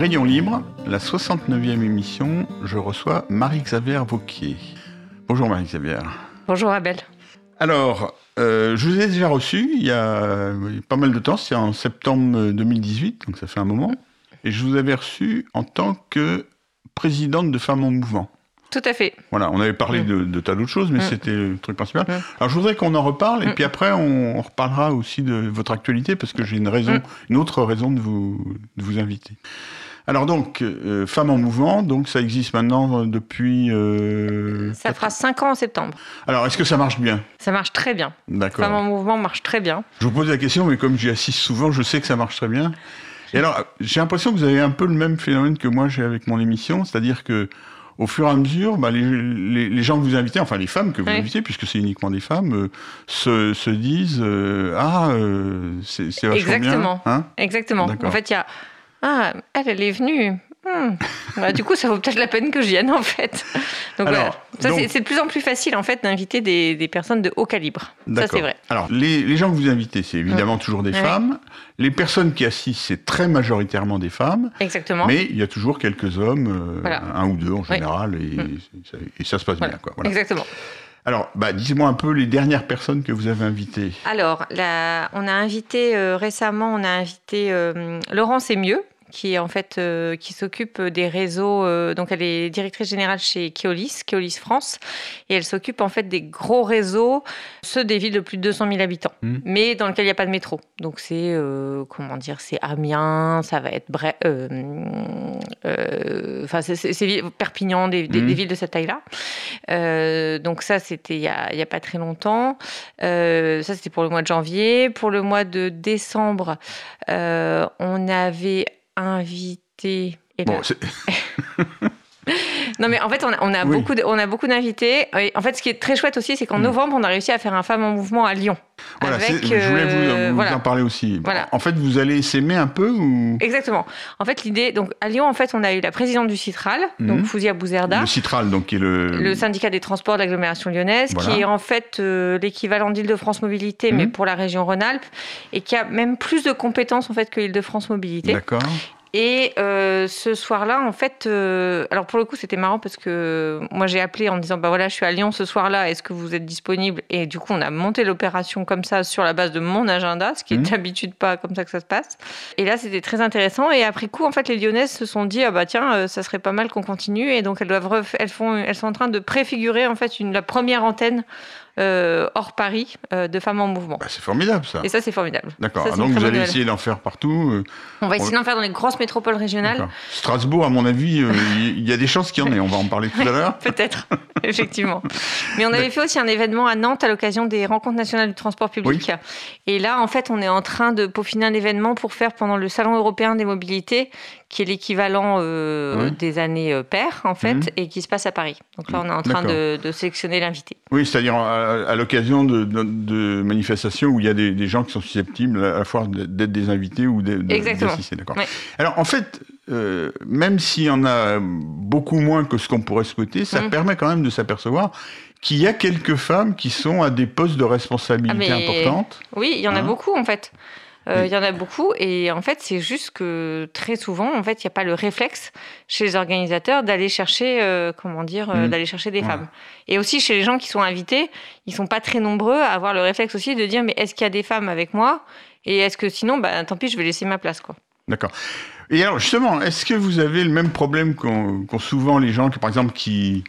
Rayon Libre, la 69e émission, je reçois Marie-Xavière Vauquier. Bonjour Marie-Xavière. Bonjour Abel. Alors, je vous ai déjà reçu il y a pas mal de temps, c'est en septembre 2018, donc ça fait un moment, et je vous avais reçu en tant que présidente de Femmes en Mouvement. Tout à fait. Voilà, on avait parlé de tas d'autres choses, mais c'était le truc principal. Alors je voudrais qu'on en reparle, et puis après on reparlera aussi de votre actualité, parce que j'ai une autre raison de vous inviter. Alors donc, Femmes en Mouvement, donc ça existe maintenant depuis... Ça fera 5 ans en septembre. Alors, est-ce que ça marche bien ? Ça marche très bien. D'accord. Femmes en Mouvement marche très bien. Je vous pose la question, mais comme j'y assiste souvent, je sais que ça marche très bien. Et alors, j'ai l'impression que vous avez un peu le même phénomène que moi j'ai avec mon émission, c'est-à-dire que au fur et à mesure, les gens que vous invitez, enfin les femmes que vous invitez, puisque c'est uniquement des femmes, se disent c'est vachement Exactement. bien. Hein ? Exactement. D'accord. En fait, il y a elle est venue. Bah, du coup, ça vaut peut-être la peine que j'y vienne en fait. Donc alors, voilà. Ça, c'est de plus en plus facile en fait d'inviter des personnes de haut calibre. D'accord. Ça c'est vrai. Alors les gens que vous invitez, c'est évidemment toujours des femmes. Les personnes qui assistent, c'est très majoritairement des femmes. Exactement. Mais il y a toujours quelques hommes, voilà. Un ou deux en général, et ça se passe bien, quoi. Voilà. Exactement. Alors, dites-moi un peu les dernières personnes que vous avez invitées. Alors, on a invité récemment, Laurence Emieux, qui est en fait qui s'occupe des réseaux. Donc, elle est directrice générale chez Keolis France, et elle s'occupe en fait des gros réseaux, ceux des villes de plus de 200 000 habitants, mais dans lesquels il n'y a pas de métro. Donc, c'est c'est Amiens, ça va être c'est Perpignan, des villes de cette taille-là. Donc ça, c'était il y a pas très longtemps. Ça, c'était pour le mois de janvier. Pour le mois de décembre, on avait invité... Non, mais en fait, on a beaucoup d'invités. Et en fait, ce qui est très chouette aussi, c'est qu'en novembre, on a réussi à faire un Femmes en Mouvement à Lyon. Voilà, je voulais vous en parler aussi. Voilà. En fait, vous allez s'aimer un peu ou... Exactement. En fait, l'idée... Donc, à Lyon, en fait, on a eu la présidente du Citral, donc Fouzia Bouzerda. Le Citral, donc, qui est le syndicat des transports de l'agglomération lyonnaise, qui est en fait l'équivalent d'Île-de-France Mobilité, mais pour la région Rhône-Alpes, et qui a même plus de compétences, en fait, que Île-de-France Mobilité. D'accord. Et ce soir-là, en fait, alors pour le coup, c'était marrant parce que moi, j'ai appelé en disant, je suis à Lyon ce soir-là, est-ce que vous êtes disponible ? Et du coup, on a monté l'opération comme ça sur la base de mon agenda, ce qui est d'habitude pas comme ça que ça se passe. Et là, c'était très intéressant. Et après coup, en fait, les Lyonnaises se sont dit, tiens, ça serait pas mal qu'on continue. Et donc, elles sont en train de préfigurer en fait la première antenne hors Paris de Femmes en Mouvement. C'est formidable, ça. Et ça, c'est formidable. D'accord. Ça, donc, vous allez essayer d'en faire partout. On va essayer d'en faire dans les grosses métropoles régionales. D'accord. Strasbourg, à mon avis, il y a des chances qu'il y en ait. On va en parler tout à l'heure. Peut-être, effectivement. Mais on avait fait aussi un événement à Nantes à l'occasion des Rencontres nationales du transport public. Oui. Et là, en fait, on est en train de peaufiner un événement pour faire pendant le Salon européen des mobilités, qui est l'équivalent des années paires, en fait, et qui se passe à Paris. Donc là, on est en train de sélectionner l'invité. Oui, c'est-à-dire à l'occasion de manifestations où il y a des gens qui sont susceptibles à la fois d'être des invités ou d'assister. D'accord. Ouais. Alors, en fait, même s'il y en a beaucoup moins que ce qu'on pourrait souhaiter, ça permet quand même de s'apercevoir qu'il y a quelques femmes qui sont à des postes de responsabilité importantes. Oui, il y en a beaucoup, en fait. Il y en a beaucoup, et en fait, c'est juste que très souvent, en fait, il n'y a pas le réflexe chez les organisateurs d'aller chercher, d'aller chercher des femmes. Et aussi chez les gens qui sont invités, ils sont pas très nombreux à avoir le réflexe aussi de dire, mais est-ce qu'il y a des femmes avec moi ? Et est-ce que sinon, tant pis, je vais laisser ma place, quoi. D'accord. Et alors, justement, est-ce que vous avez le même problème qu'ont souvent les gens, par exemple, qui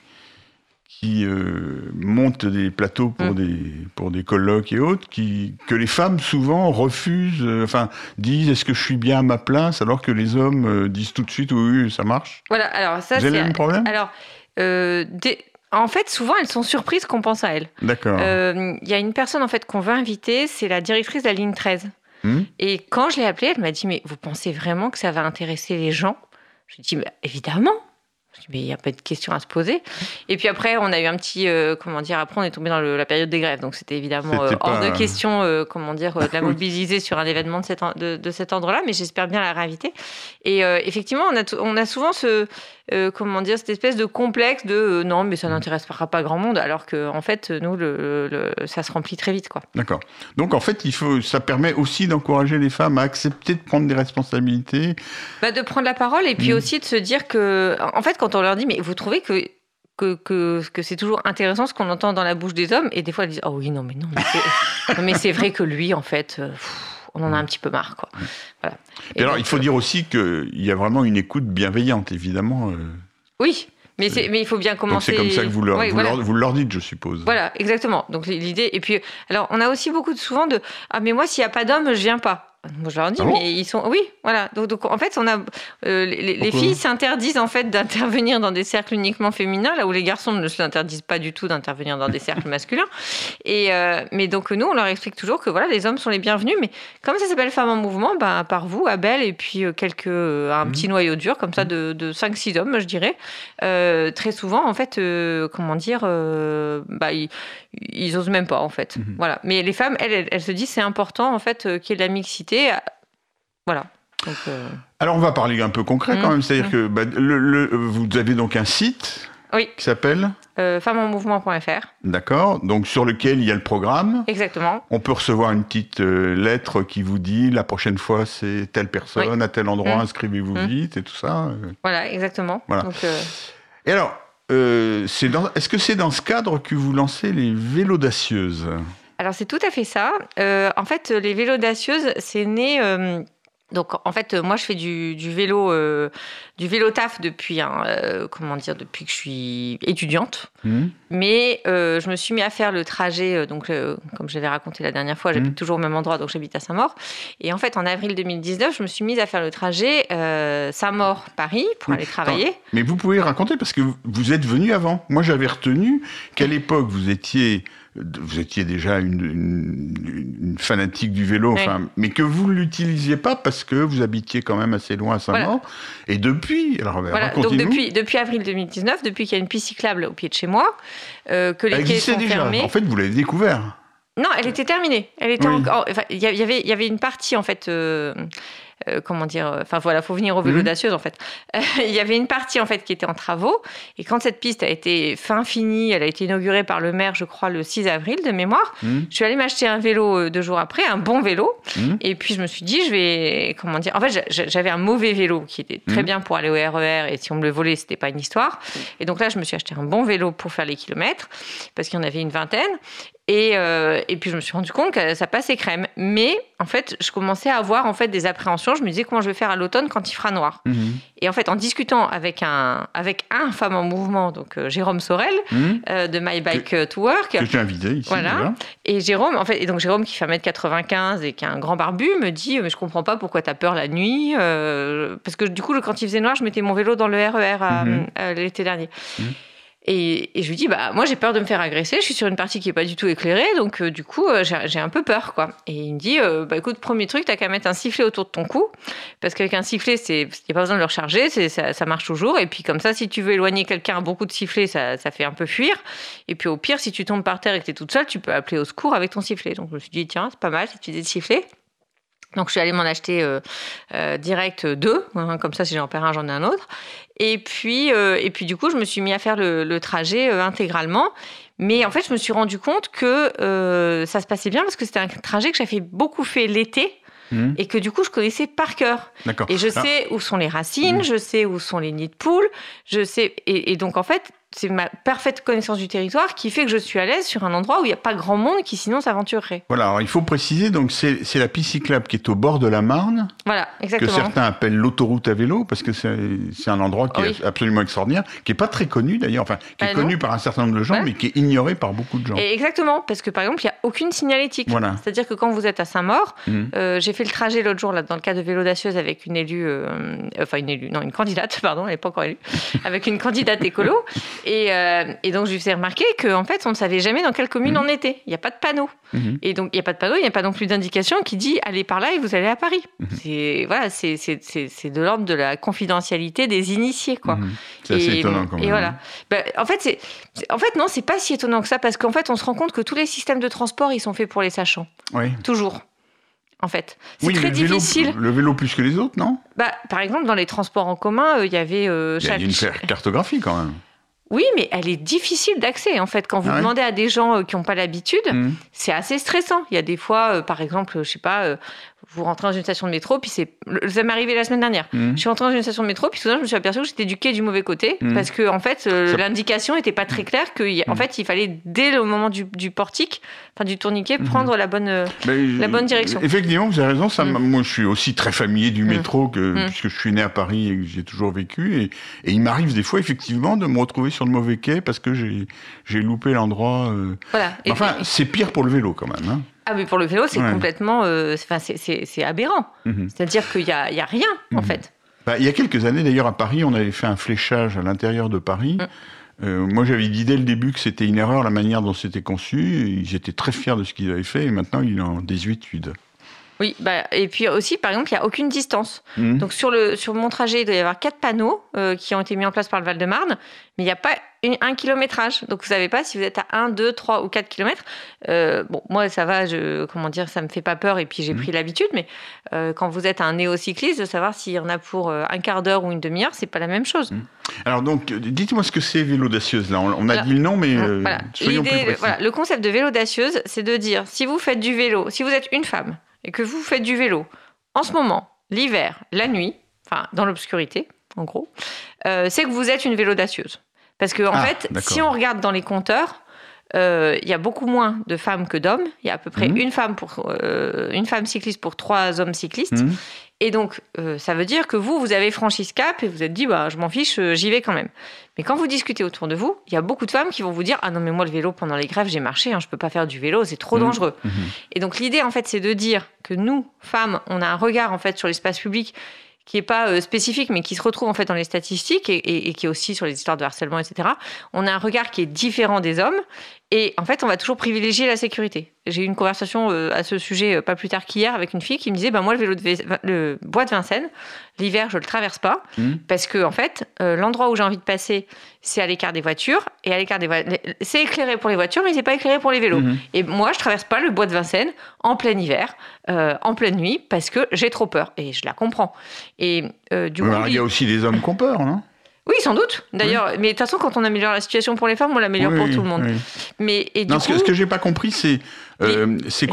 montent des plateaux pour des colloques et autres, que les femmes souvent refusent, disent est-ce que je suis bien à ma place, alors que les hommes disent tout de suite oui, ça marche. Voilà, alors ça, vous avez le même problème ? Alors, en fait, souvent, elles sont surprises qu'on pense à elles. D'accord. Il y a une personne en fait qu'on veut inviter, c'est la directrice de la ligne 13. Et quand je l'ai appelée, elle m'a dit mais vous pensez vraiment que ça va intéresser les gens ? Je lui ai dit évidemment. Je dis, mais il n'y a pas de question à se poser. Et puis après, on a eu un petit, après on est tombé dans la période des grèves. Donc c'était évidemment hors de question, de la mobiliser sur un événement de cet ordre-là. Mais j'espère bien la réinviter. Et effectivement, on a souvent cette espèce de complexe de non, mais ça n'intéressera pas grand monde. Alors qu'en fait, nous, ça se remplit très vite, quoi. D'accord. Donc en fait, ça permet aussi d'encourager les femmes à accepter de prendre des responsabilités. De prendre la parole et puis aussi de se dire que, en fait, quand on leur dit, mais vous trouvez que c'est toujours intéressant ce qu'on entend dans la bouche des hommes, et des fois elles disent, oh oui, non, mais c'est vrai que lui, en fait, on en a un petit peu marre, quoi. Voilà. Et alors, il faut dire aussi qu'il y a vraiment une écoute bienveillante, évidemment. Oui. Mais il faut bien commencer. Donc c'est comme ça que vous leur dites, je suppose. Voilà, exactement. Donc l'idée. Et puis, alors, on a aussi beaucoup souvent de ah, mais moi, s'il n'y a pas d'hommes, je viens pas. Moi, je leur dis, mais ils sont. Oui, voilà. Donc en fait, on a les filles s'interdisent en fait d'intervenir dans des cercles uniquement féminins, là où les garçons ne s'interdisent pas du tout d'intervenir dans des cercles masculins. Mais donc nous, on leur explique toujours que voilà, les hommes sont les bienvenus. Mais comme ça s'appelle Femmes en Mouvement, à part vous, Abel, et puis un petit noyau dur comme ça de 5-6 hommes, je dirais. Très souvent, en fait, ils osent même pas, en fait. Voilà. Mais les femmes, elles se disent, c'est important, en fait, qu'il y ait de la mixité. Voilà. Donc, Alors, on va parler un peu concret quand même. C'est-à-dire que vous avez donc un site qui s'appelle femmesenmouvement.fr. D'accord. Donc, sur lequel il y a le programme. Exactement. On peut recevoir une petite lettre qui vous dit la prochaine fois, c'est telle personne, à tel endroit, inscrivez-vous vite et tout ça. Voilà, exactement. Voilà. Donc, Et alors, est-ce que c'est dans ce cadre que vous lancez les Vélodacieuses ? Alors, c'est tout à fait ça. En fait, les Vélodacieuses, c'est né... Donc, en fait, moi, je fais du vélo taf depuis que je suis étudiante. Mais je me suis mis à faire le trajet. Comme je l'avais raconté la dernière fois, j'habite toujours au même endroit, donc j'habite à Saint-Maur. Et en fait, en avril 2019, je me suis mise à faire le trajet Saint-Maur-Paris pour aller travailler. Attends, mais vous pouvez raconter, parce que vous êtes venu avant. Moi, j'avais retenu qu'à l'époque, vous étiez déjà une fanatique du vélo, mais que vous ne l'utilisiez pas parce que vous habitiez quand même assez loin à Saint-Maur. Voilà. Et depuis, donc depuis avril 2019, depuis qu'il y a une piste cyclable au pied de chez moi, que les quais sont fermés. En fait, vous l'avez découvert. Non, elle était terminée. Elle était il y avait une partie en fait. Faut venir au Vélodacieuse en fait. Il y avait une partie en fait qui était en travaux, et quand cette piste a été finie, elle a été inaugurée par le maire, je crois, le 6 avril de mémoire. Je suis allée m'acheter un vélo 2 jours après, un bon vélo, et puis je me suis dit, en fait, j'avais un mauvais vélo qui était très bien pour aller au RER, et si on me le volait, c'était pas une histoire. Et donc là, je me suis acheté un bon vélo pour faire les kilomètres, parce qu'il y en avait une vingtaine. Et puis je me suis rendu compte que ça passait crème. Mais en fait, je commençais à avoir en fait des appréhensions. Je me disais comment je vais faire à l'automne quand il fera noir. Et en fait, en discutant avec un Femme en Mouvement, donc Jérôme Sorel, de My Bike to Work, que j'ai invité ici. Voilà. Déjà. Et Jérôme, Jérôme qui fait 1m95 et qui est un grand barbu, me dit mais je comprends pas pourquoi t'as peur la nuit, parce que du coup quand il faisait noir, je mettais mon vélo dans le RER l'été dernier. Et je lui dis, moi j'ai peur de me faire agresser, je suis sur une partie qui est pas du tout éclairée, donc du coup j'ai un peu peur, quoi. Et il me dit, écoute, premier truc, t'as qu'à mettre un sifflet autour de ton cou, parce qu'avec un sifflet, il n'y a pas besoin de le recharger, ça marche toujours, et puis comme ça, si tu veux éloigner quelqu'un, un bon coup de sifflet, ça fait un peu fuir, et puis au pire, si tu tombes par terre et que t'es toute seule, tu peux appeler au secours avec ton sifflet. Donc je me suis dit, tiens, c'est pas mal, si tu dis de sifflet. Donc je suis allée m'en acheter direct 2, comme ça si j'en perds un, j'en ai un autre. Et puis du coup, je me suis mis à faire le trajet intégralement. Mais en fait, je me suis rendu compte que ça se passait bien parce que c'était un trajet que j'avais beaucoup fait l'été. Et que du coup, je connaissais par cœur. D'accord. Et je sais où sont les racines, je sais où sont les nids de poules, je sais... Et donc, en fait, c'est ma parfaite connaissance du territoire qui fait que je suis à l'aise sur un endroit où il n'y a pas grand monde qui sinon s'aventurerait. Voilà, alors il faut préciser, donc c'est la piste cyclable qui est au bord de la Marne. Voilà, exactement. Que certains appellent l'autoroute à vélo, parce que c'est un endroit qui est absolument extraordinaire, qui n'est pas très connu d'ailleurs, qui est connu par un certain nombre de gens, mais qui est ignoré par beaucoup de gens. Et exactement, parce que par exemple, il n'y a aucune signalétique. Voilà. C'est-à-dire que quand vous êtes à Saint-Maur, j'ai fait le trajet l'autre jour là, dans le cadre de Vélodacieuse avec une candidate, pardon, elle n'est pas encore élue, avec une candidate écolo. Et donc, je lui faisais remarquer qu'en fait, on ne savait jamais dans quelle commune on était. Il n'y a pas de panneau. Et donc, il n'y a pas de panneau, il n'y a pas non plus d'indication qui dit « allez par là et vous allez à Paris ». C'est de l'ordre de la confidentialité des initiés, quoi. C'est assez étonnant, quand même. Et voilà. En fait, non, c'est pas si étonnant que ça, parce qu'en fait, on se rend compte que tous les systèmes de transport, ils sont faits pour les sachants. Oui. Toujours. En fait, c'est très difficile. Le vélo plus que les autres, non ? Par exemple, dans les transports en commun, il y avait... il y a une cartographie, quand même. Oui, mais elle est difficile d'accès, en fait. Quand vous demandez à des gens qui n'ont pas l'habitude, c'est assez stressant. Il y a des fois, par exemple, je sais pas, vous rentrez dans une station de métro, puis ça m'est arrivé la semaine dernière. Je suis rentrée dans une station de métro, puis soudain, je me suis aperçue que j'étais du quai du mauvais côté, parce que, en fait, l'indication n'était pas très claire, en fait, il fallait, dès le moment du portique, enfin du tourniquet, prendre la bonne direction. Effectivement, vous avez raison. Moi, je suis aussi très familier du métro, puisque je suis né à Paris et que j'ai toujours vécu. Et il m'arrive des fois, effectivement, de me retrouver sur le mauvais quai parce que j'ai loupé l'endroit. Voilà. Enfin, c'est pire pour le vélo, quand même. Hein. Ah, mais pour le vélo, c'est complètement... c'est aberrant. C'est-à-dire qu'il n'y a rien, en fait. Il y a quelques années, d'ailleurs, à Paris, on avait fait un fléchage à l'intérieur de Paris. Moi, j'avais dit dès le début que c'était une erreur, la manière dont c'était conçu. Ils étaient très fiers de ce qu'ils avaient fait, et maintenant, ils en désuétude. Oui, et puis aussi, par exemple, il n'y a aucune distance. Donc, sur mon trajet, il doit y avoir 4 panneaux qui ont été mis en place par le Val-de-Marne, mais il n'y a pas un kilométrage. Donc, vous ne savez pas si vous êtes à 1, 2, 3 ou 4 kilomètres. Moi, ça va, ça ne me fait pas peur, et puis j'ai pris l'habitude, mais quand vous êtes un néocycliste, de savoir s'il y en a pour un quart d'heure ou une demi-heure, ce n'est pas la même chose. Alors, donc, dites-moi ce que c'est Vélodacieuse, là. On a dit le nom, mais soyons plus précis. Le concept de Vélodacieuse, c'est de dire, si vous faites du vélo, si vous êtes une femme, et que vous faites du vélo, en ce moment, l'hiver, la nuit, enfin dans l'obscurité, en gros, c'est que vous êtes une vélodacieuse. Parce que, en fait, si on regarde dans les compteurs, il y a beaucoup moins de femmes que d'hommes. Il y a à peu près une femme cycliste pour 3 hommes cyclistes. Et donc, ça veut dire que vous avez franchi ce cap et vous êtes dit, je m'en fiche, j'y vais quand même. Mais quand vous discutez autour de vous, il y a beaucoup de femmes qui vont vous dire, ah non, mais moi, le vélo, pendant les grèves, j'ai marché, je peux pas faire du vélo, c'est trop dangereux. Et donc, l'idée, en fait, c'est de dire que nous, femmes, on a un regard, en fait, sur l'espace public qui n'est pas spécifique, mais qui se retrouve en fait dans les statistiques et qui est aussi sur les histoires de harcèlement, etc. On a un regard qui est différent des hommes et en fait, on va toujours privilégier la sécurité. J'ai eu une conversation à ce sujet pas plus tard qu'hier avec une fille qui me disait moi, le bois de Vincennes, l'hiver, je ne le traverse pas parce que en fait, l'endroit où j'ai envie de passer, c'est à l'écart des voitures et à l'écart c'est éclairé pour les voitures, mais c'est pas éclairé pour les vélos. Et moi, je traverse pas le bois de Vincennes en plein hiver, en pleine nuit, parce que j'ai trop peur et je la comprends. Et du coup, il y a aussi des hommes qui ont peur, non ? Oui, sans doute. D'ailleurs, mais de toute façon, quand on améliore la situation pour les femmes, on l'améliore pour tout le monde. Ce que j'ai pas compris, c'est quoi ?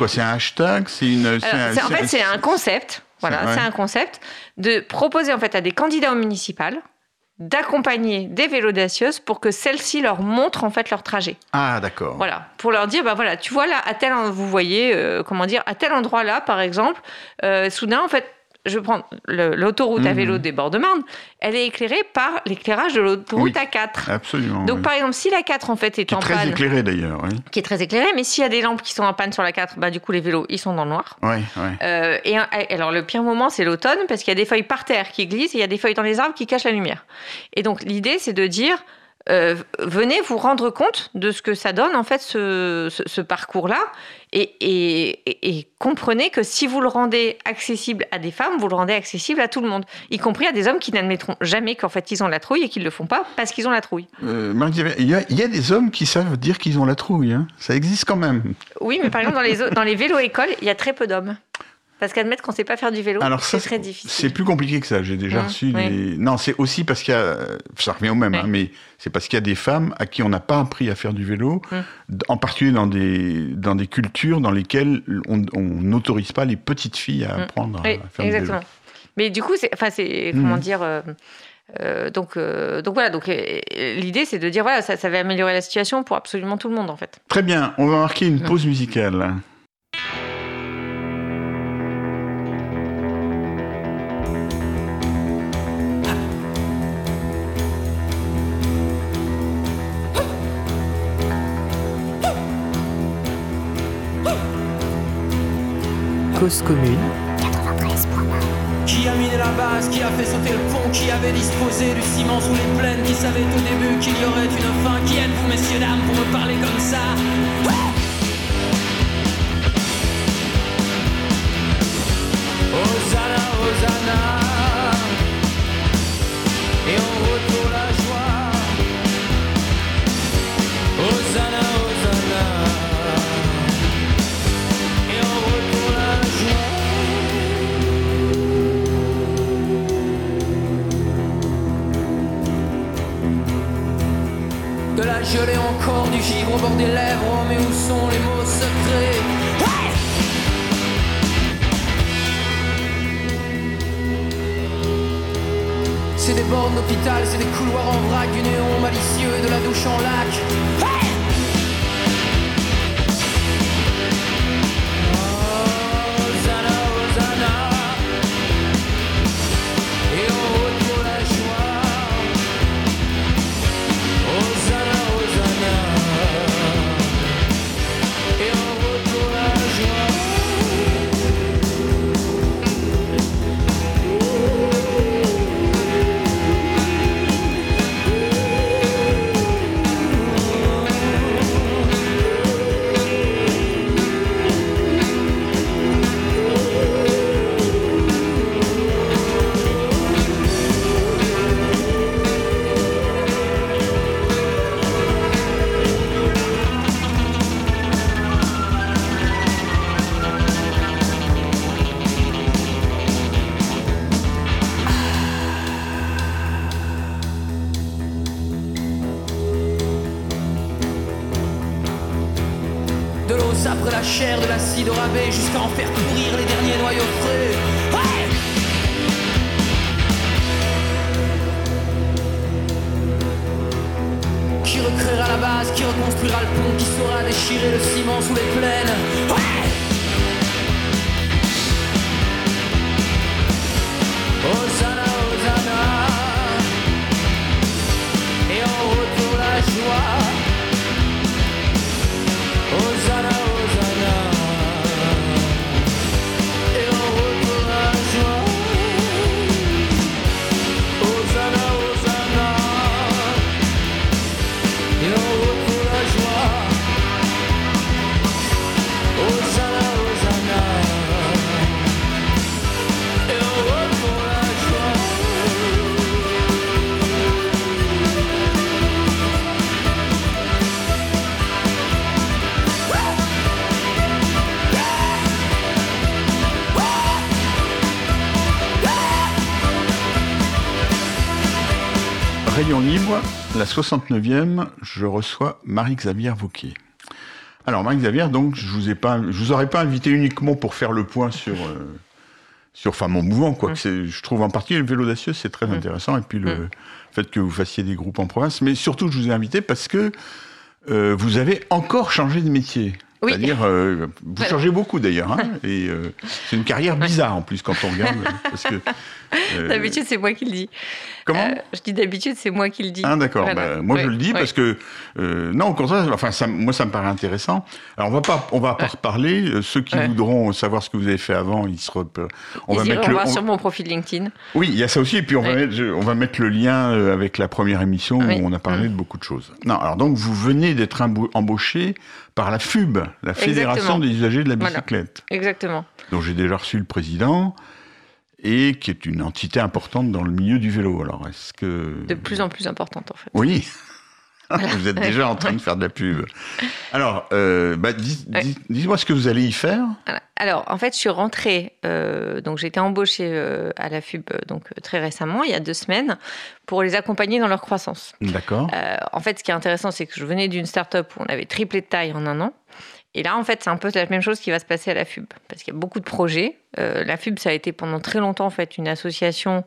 C'est un hashtag ? En fait, c'est un concept. Voilà, c'est un concept de proposer en fait à des candidats au municipal d'accompagner des vélodaceuses pour que celles-ci leur montrent en fait leur trajet. Ah, d'accord. Voilà, pour leur dire tu vois là vous voyez à tel endroit là par exemple, soudain en fait je prends l'autoroute à vélo des bords de Marne, elle est éclairée par l'éclairage de l'autoroute A4. Absolument. Donc, par exemple, si la 4, en fait, est en panne... Qui est très éclairée, d'ailleurs. Oui. Qui est très éclairée, mais s'il y a des lampes qui sont en panne sur la 4, du coup, les vélos, ils sont dans le noir. Oui. Et alors, le pire moment, c'est l'automne, parce qu'il y a des feuilles par terre qui glissent et il y a des feuilles dans les arbres qui cachent la lumière. Et donc, l'idée, c'est de dire... venez vous rendre compte de ce que ça donne en fait ce parcours-là et comprenez que si vous le rendez accessible à des femmes, vous le rendez accessible à tout le monde, y compris à des hommes qui n'admettront jamais qu'en fait ils ont la trouille et qu'ils le font pas parce qu'ils ont la trouille. Il y a des hommes qui savent dire qu'ils ont la trouille, hein. Ça existe quand même. Oui, mais par exemple dans les vélos-écoles, il y a très peu d'hommes. Parce qu'admettre qu'on ne sait pas faire du vélo, c'est très difficile. C'est plus compliqué que ça. J'ai déjà reçu des... Non, c'est aussi parce qu'il y a... Ça revient au même, mais c'est parce qu'il y a des femmes à qui on n'a pas appris à faire du vélo, en particulier dans des cultures dans lesquelles on n'autorise pas les petites filles à apprendre à faire du vélo. Mais du coup, comment dire... Donc voilà, l'idée c'est de dire ça va améliorer la situation pour absolument tout le monde en fait. Très bien, on va marquer une pause musicale. Cause commune 93.1. Qui a mis la base, qui a fait sauter le pont, qui avait disposé du ciment sous les plaines, qui savait au début qu'il y aurait une fin. Qui êtes-vous, messieurs, dames, pour me parler comme ça? Hosanna, Hosanna, et en route pour la joie. Hosanna, Hosanna, et en route pour la joie. De la gelée encore, du givre au bord des lèvres, mais où sont les mots secrets? C'est des bornes d'hôpital, c'est des couloirs en vrac, du néon malicieux et de la douche en lac. Hey! Hosanna, Hosanna, et en route pour la joie. Hosanna, Hosanna, et en route pour la joie. Après la chair de l'acide au rabais, jusqu'à en faire pourrir les derniers noyaux frais. Hey! Qui recréera la base, qui reconstruira le pont, qui saura déchirer le ciment sous les plaines. Hey! Hosanna, Hosanna, et en route pour la joie. Hosanna, Hosanna, et en route pour la joie. Hosanna, Hosanna, et en route pour la joie. Hosanna, Hosanna, et en route pour la joie. Rayon Libre, la 69e, je reçois Marie-Xavière Vauquier. Alors Marie-Xavière, donc je vous aurais pas invité uniquement pour faire le point sur mon mouvement, quoi. Je trouve en particulier le vélo d'Acieux, c'est très intéressant, et puis le fait que vous fassiez des groupes en province, mais surtout je vous ai invité parce que vous avez encore changé de métier. Oui. C'est-à-dire, vous changez beaucoup d'ailleurs, hein, et c'est une carrière bizarre en plus quand on regarde. Parce que, d'habitude, c'est moi qui le dis. Comment je dis d'habitude, c'est moi qui le dis. Ah d'accord, voilà. Moi je le dis parce que, non, au contraire, enfin, moi ça me paraît intéressant. Alors on va pas reparler, ceux qui voudront savoir ce que vous avez fait avant, on va mettre sur mon profil LinkedIn. Oui, il y a ça aussi, et puis on va mettre le lien avec la première émission où on a parlé de beaucoup de choses. Non, alors donc vous venez d'être embauché par la FUB, la Fédération des usagers de la bicyclette. Voilà. Exactement. dont j'ai déjà reçu le président, et qui est une entité importante dans le milieu du vélo. Alors, est-ce que... De plus en plus importante, en fait. Oui. Vous êtes déjà en train de faire de la pub. Alors, dis-moi ce que vous allez y faire. Alors, en fait, je suis rentrée, donc j'ai été embauchée à la FUB donc, très récemment, il y a 2 semaines, pour les accompagner dans leur croissance. D'accord. En fait, ce qui est intéressant, c'est que je venais d'une start-up où on avait triplé de taille en 1 an. Et là, en fait, c'est un peu la même chose qui va se passer à la FUB, parce qu'il y a beaucoup de projets. La FUB, ça a été pendant très longtemps en fait une association,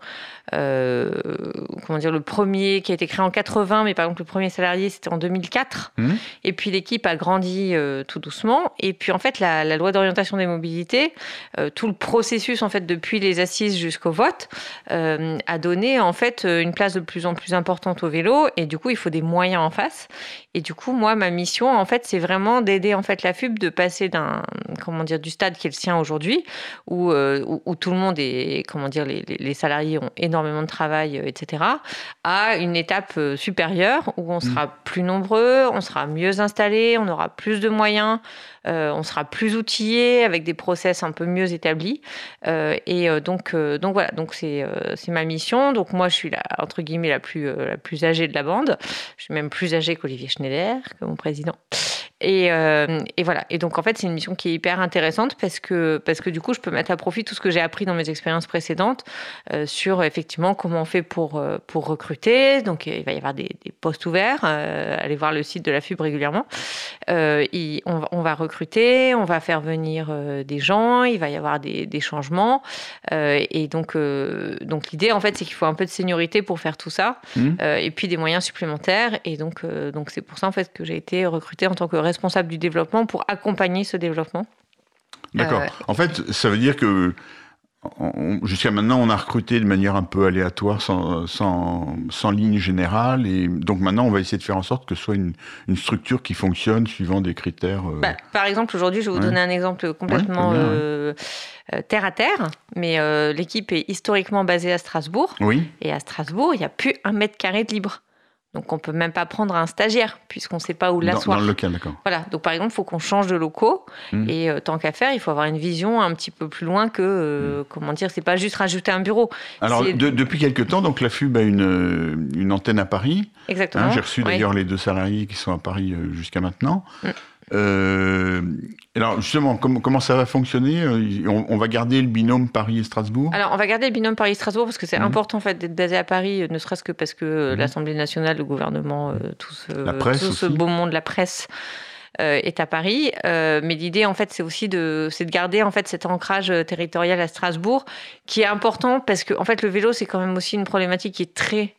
le premier qui a été créé en 80, mais par exemple le premier salarié c'était en 2004. Et puis l'équipe a grandi tout doucement. Et puis en fait la loi d'orientation des mobilités, tout le processus en fait depuis les assises jusqu'au vote, a donné en fait une place de plus en plus importante au vélo. Et du coup il faut des moyens en face. Et du coup moi ma mission en fait c'est vraiment d'aider en fait la FUB de passer du stade qui est le sien aujourd'hui, où tout le monde est, comment dire, les salariés ont énormément de travail, etc., à une étape supérieure où on sera plus nombreux, on sera mieux installés, on aura plus de moyens, on sera plus outillés avec des process un peu mieux établis. Donc voilà, donc c'est ma mission. Donc moi, je suis entre guillemets la plus âgée de la bande. Je suis même plus âgée qu'Olivier Schneider, que mon président. Et voilà. Et donc, en fait, c'est une mission qui est hyper intéressante parce que du coup, je peux mettre à profit tout ce que j'ai appris dans mes expériences précédentes sur, effectivement, comment on fait pour recruter. Donc, il va y avoir des postes ouverts. Allez voir le site de la FUB régulièrement. On va recruter, on va faire venir des gens, il va y avoir des changements. Et donc l'idée, en fait, c'est qu'il faut un peu de seniorité pour faire tout ça. Et puis, des moyens supplémentaires. Et donc c'est pour ça, en fait, que j'ai été recrutée en tant que responsable du développement pour accompagner ce développement. D'accord. En fait, ça veut dire que jusqu'à maintenant, on a recruté de manière un peu aléatoire, sans ligne générale. Et donc maintenant, on va essayer de faire en sorte que ce soit une structure qui fonctionne suivant des critères. Par exemple, aujourd'hui, je vais vous donner un exemple complètement terre à terre. Mais l'équipe est historiquement basée à Strasbourg. Oui. Et à Strasbourg, il n'y a plus 1 mètre carré de libre. Donc, on ne peut même pas prendre un stagiaire, puisqu'on ne sait pas où l'asseoir. Dans le local, d'accord. Voilà. Donc, par exemple, il faut qu'on change de locaux. Et tant qu'à faire, il faut avoir une vision un petit peu plus loin que, comment dire, c'est pas juste rajouter un bureau. Alors, depuis quelque temps, donc, la FUB a une antenne à Paris. Exactement. J'ai reçu d'ailleurs les 2 salariés qui sont à Paris jusqu'à maintenant. Alors justement, comment ça va fonctionner ? On va garder le binôme Paris et Strasbourg ? Alors on va garder le binôme Paris-Strasbourg parce que c'est important en fait d'être basé à Paris, ne serait-ce que parce que l'Assemblée nationale, le gouvernement, tout ce beau monde, la presse est à Paris. Mais l'idée en fait c'est aussi de garder en fait cet ancrage territorial à Strasbourg qui est important parce que en fait le vélo c'est quand même aussi une problématique qui est très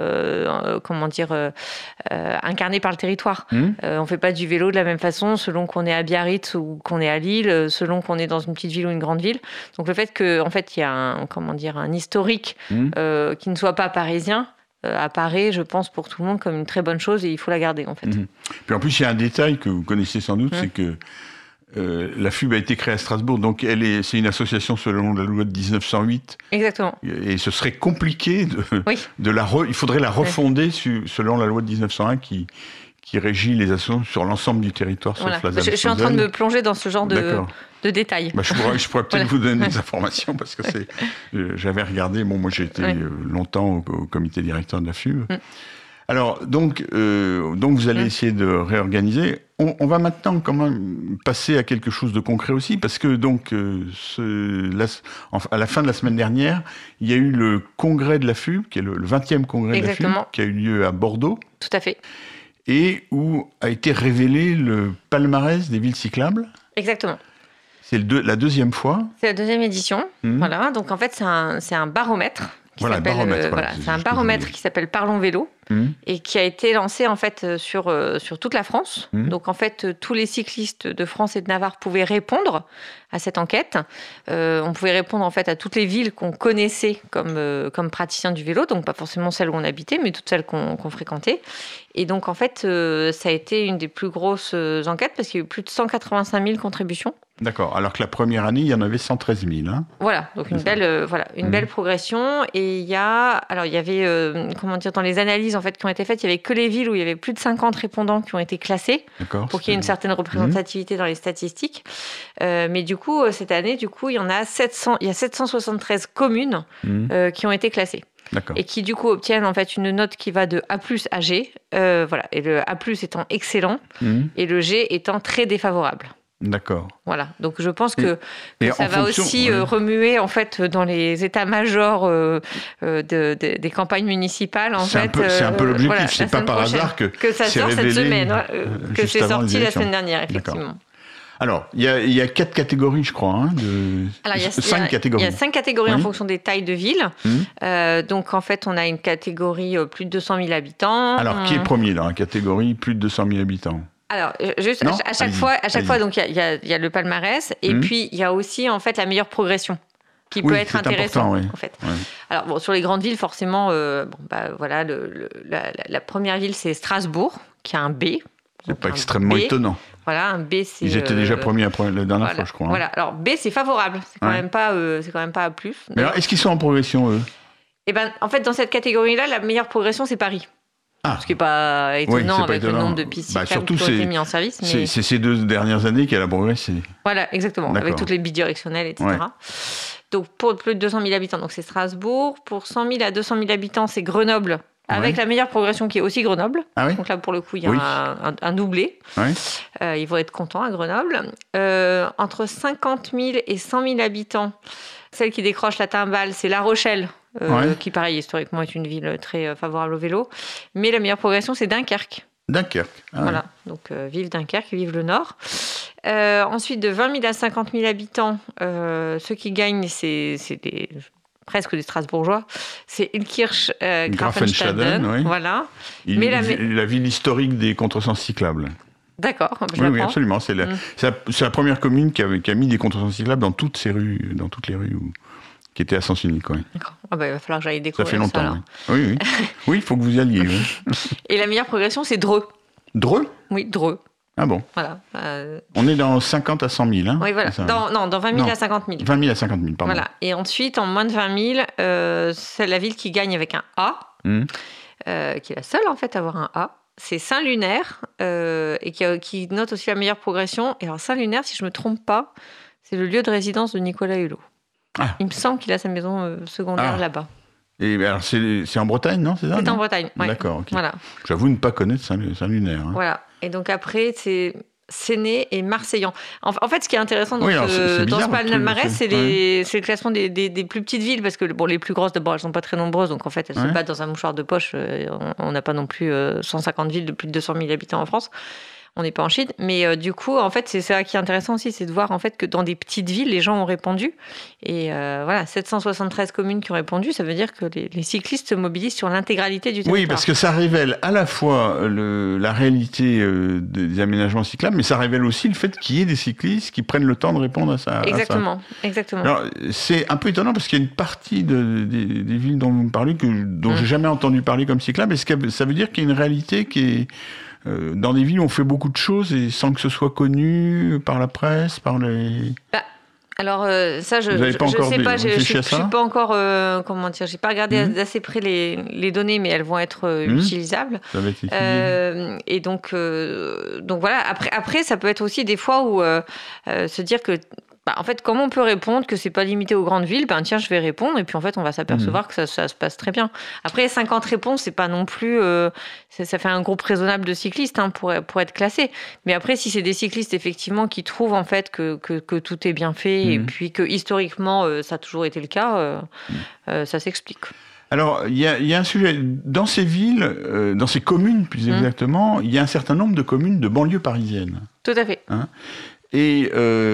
incarné par le territoire. On fait pas du vélo de la même façon selon qu'on est à Biarritz ou qu'on est à Lille, selon qu'on est dans une petite ville ou une grande ville. Donc le fait que en fait il y a un historique qui ne soit pas parisien apparaît, je pense, pour tout le monde comme une très bonne chose et il faut la garder en fait. Puis en plus il y a un détail que vous connaissez sans doute, c'est que la FUB a été créée à Strasbourg, donc c'est une association selon la loi de 1908. Exactement. Et ce serait compliqué il faudrait la refonder selon la loi de 1901 qui régit les associations sur l'ensemble du territoire sauf l'Alsace. Je suis en train de me plonger dans ce genre de détails. Je pourrais peut-être vous donner des informations parce que j'avais regardé. Bon, moi j'ai été longtemps au comité directeur de la FUB. Alors, donc vous allez essayer de réorganiser. On va maintenant quand même passer à quelque chose de concret aussi, parce que donc à la fin de la semaine dernière, il y a eu le congrès de la FUB, qui est le 20e congrès de la FUB, qui a eu lieu à Bordeaux. Tout à fait. Et où a été révélé le palmarès des villes cyclables. Exactement. C'est la 2e fois. C'est la 2e édition. Voilà. Donc en fait, c'est un baromètre. C'est un baromètre qui s'appelle Parlons Vélo et qui a été lancé en fait sur toute la France. Donc en fait, tous les cyclistes de France et de Navarre pouvaient répondre à cette enquête. On pouvait répondre en fait à toutes les villes qu'on connaissait comme praticiens du vélo, donc pas forcément celles où on habitait, mais toutes celles qu'on fréquentait. Et donc en fait, ça a été une des plus grosses enquêtes parce qu'il y a eu plus de 185 000 contributions. D'accord. Alors que la première année, il y en avait 113 000. Hein. Voilà. Donc une belle progression. Et il y avait dans les analyses en fait qui ont été faites, il y avait que les villes où il y avait plus de 50 répondants qui ont été classés pour qu'il y ait une certaine représentativité dans les statistiques. Mais du coup, cette année, il y a 773 communes qui ont été classées. D'accord. Et qui du coup obtiennent en fait une note qui va de A+ à G. Et le A+ étant excellent et le G étant très défavorable. D'accord. Voilà. Donc je pense que ça va aussi remuer en fait dans les états-majors des campagnes municipales. C'est un peu l'objectif. C'est pas par hasard que ça sort cette semaine, que c'est sorti la semaine dernière, effectivement. D'accord. Alors, il y a 4 catégories, je crois. Alors, il y a 5 catégories. Il y a 5 catégories en fonction des tailles de ville. Donc, en fait, on a une catégorie plus de 200 000 habitants. Alors, qui est premier dans la catégorie plus de 200 000 habitants ? Alors, juste à chaque fois, donc il y a le palmarès et puis il y a aussi en fait la meilleure progression qui peut être intéressant en fait. Ouais. Alors bon, sur les grandes villes, forcément, la première ville c'est Strasbourg qui a un B. C'est pas extrêmement étonnant. Voilà, un B, c'est... Ils étaient déjà premiers la dernière fois, je crois. Voilà, alors B, c'est favorable. C'est quand même pas A+. Mais alors, est-ce qu'ils sont en progression, eux ? Eh ben, en fait, dans cette catégorie-là, la meilleure progression, c'est Paris. Ce qui n'est pas étonnant avec le nombre de pistes cyclables qui ont été mis en service. Mais... C'est ces 2 dernières années qu'elle a progressé. Voilà, exactement, avec toutes les bidirectionnelles, etc. Ouais. Donc, pour plus de 200 000 habitants, donc c'est Strasbourg. Pour 100 000 à 200 000 habitants, c'est Grenoble, avec la meilleure progression qui est aussi Grenoble. Ah oui. Donc là, pour le coup, il y a un doublé. Oui. Ils vont être contents à Grenoble. Entre 50 000 et 100 000 habitants, celle qui décroche la timbale, c'est La Rochelle. Qui, pareil, historiquement, est une ville très favorable au vélo. Mais la meilleure progression, c'est Dunkerque. Dunkerque. Voilà, donc vive Dunkerque, vive le Nord. Ensuite, de 20 000 à 50 000 habitants, ceux qui gagnent, c'est presque des Strasbourgeois. C'est Ilkirch, Grafenstaden. Voilà. Mais la ville historique des contresens cyclables. D'accord, oui, absolument. C'est la première commune qui a mis des contresens cyclables dans toutes les rues qui étaient à sens unique. Ouais. D'accord. Il va falloir que j'aille découvrir ça. Ça fait longtemps. Oui. Oui, il faut que vous y alliez. Oui. Et la meilleure progression, c'est Dreux. Dreux ? Oui, Dreux. Ah bon. Voilà. On est dans 50 à 100 000. Hein, oui, voilà. Dans 20 000 à 50 000. 20 000 à 50 000, pardon. Voilà. Et ensuite, en moins de 20 000, c'est la ville qui gagne avec un A, qui est la seule, en fait, à avoir un A. C'est Saint-Lunaire, et qui note aussi la meilleure progression. Et alors, Saint-Lunaire, si je ne me trompe pas, c'est le lieu de résidence de Nicolas Hulot. Il me semble qu'il a sa maison secondaire là-bas. Et alors, c'est en Bretagne, non ? C'est ça, en Bretagne, oui. D'accord, ok. Voilà. J'avoue ne pas connaître Saint-Lunaire. Hein. Voilà. Et donc après, c'est Séné et Marseillan. En fait, ce qui est intéressant dans ce palmarès, c'est le classement des plus petites villes, parce que les plus grosses, d'abord, elles ne sont pas très nombreuses, donc en fait, elles se battent dans un mouchoir de poche. On n'a pas non plus 150 villes de plus de 200 000 habitants en France. On n'est pas en Chine, mais du coup, en fait, c'est ça qui est intéressant aussi, c'est de voir en fait que dans des petites villes, les gens ont répondu. Et 773 communes qui ont répondu, ça veut dire que les cyclistes se mobilisent sur l'intégralité du territoire. Oui, parce que ça révèle à la fois la réalité des aménagements cyclables, mais ça révèle aussi le fait qu'il y ait des cyclistes qui prennent le temps de répondre à ça. Exactement. Alors, c'est un peu étonnant parce qu'il y a une partie des villes dont vous me parlez dont j'ai jamais entendu parler comme cyclable. Est-ce que ça veut dire qu'il y a une réalité qui est dans des villes où on fait beaucoup de choses et sans que ce soit connu par la presse, par les... Alors ça, je sais pas, je suis pas encore, comment dire, j'ai pas regardé d'assez près les données, mais elles vont être utilisables. Ça va être utilisé. Et donc voilà. Après, ça peut être aussi des fois où se dire que en fait, comment on peut répondre que c'est pas limité aux grandes villes ? Tiens, je vais répondre, et puis en fait, on va s'apercevoir que ça se passe très bien. Après, 50 réponses, c'est pas non plus... ça fait un groupe raisonnable de cyclistes pour être classé. Mais après, si c'est des cyclistes, effectivement, qui trouvent en fait que tout est bien fait, et puis que historiquement, ça a toujours été le cas, ça s'explique. Alors, il y a un sujet. Dans ces villes, dans ces communes, plus exactement, il y a un certain nombre de communes de banlieue parisienne. Tout à fait. Et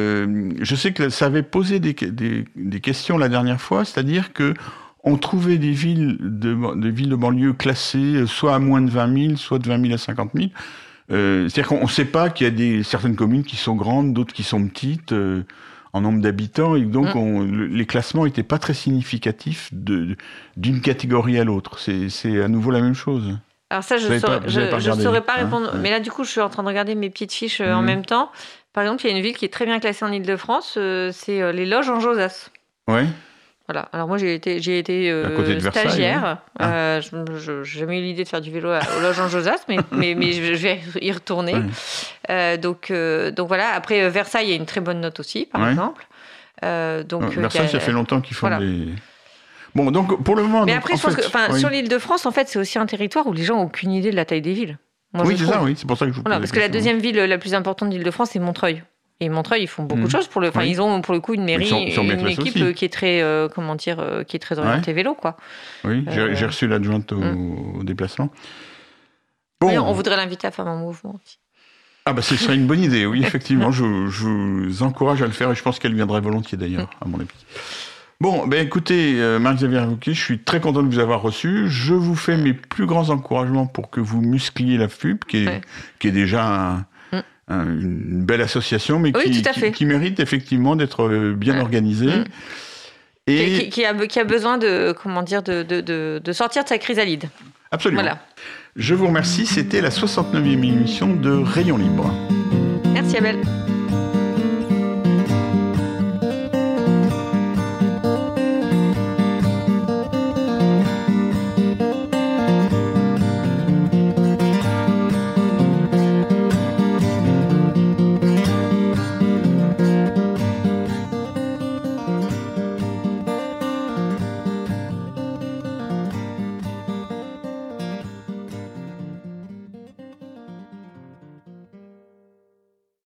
je sais que ça avait posé des questions la dernière fois, c'est-à-dire que on trouvait des villes de banlieue classées soit à moins de 20 000, soit de 20 000 à 50 000. C'est-à-dire qu'on ne sait pas qu'il y a certaines communes qui sont grandes, d'autres qui sont petites en nombre d'habitants, et donc les classements n'étaient pas très significatifs d'une catégorie à l'autre. C'est à nouveau la même chose. Alors ça, je ne saurais pas répondre. Mais là, du coup, je suis en train de regarder mes petites fiches en même temps. Par exemple, il y a une ville qui est très bien classée en Île-de-France, c'est les Loges en Josas. Oui. Voilà. Alors moi, j'ai été stagiaire. Je n'ai jamais eu l'idée de faire du vélo aux Loges en Josas, mais je vais y retourner. Donc voilà. Après, Versailles, il y a une très bonne note aussi, par exemple. Versailles, ça fait longtemps qu'ils font des... Bon, donc pour le moment... Mais après, je pense que sur l'Île-de-France, en fait, c'est aussi un territoire où les gens n'ont aucune idée de la taille des villes. C'est pour ça que je vous pose parce que la deuxième ville la plus importante d'Île-de-France, c'est Montreuil. Et Montreuil, ils font beaucoup de choses ils ont pour le coup une mairie, une équipe qui est très, qui est très orientée vélo, quoi. Oui, j'ai reçu l'adjointe au déplacement. Bon. Oui, on voudrait l'inviter à faire un mouvement aussi. Ah ce serait une bonne idée, oui, effectivement. je vous encourage à le faire et je pense qu'elle viendrait volontiers d'ailleurs, à mon avis. Bon, écoutez, Marc-Xavier Rouquet, je suis très content de vous avoir reçu. Je vous fais mes plus grands encouragements pour que vous muscliez la FUP, qui est déjà une belle association, mais qui mérite effectivement d'être bien organisée. Et qui a besoin de sortir de sa chrysalide. Absolument. Voilà. Je vous remercie, c'était la 69e émission de Rayon Libre. Merci. Merci Abel.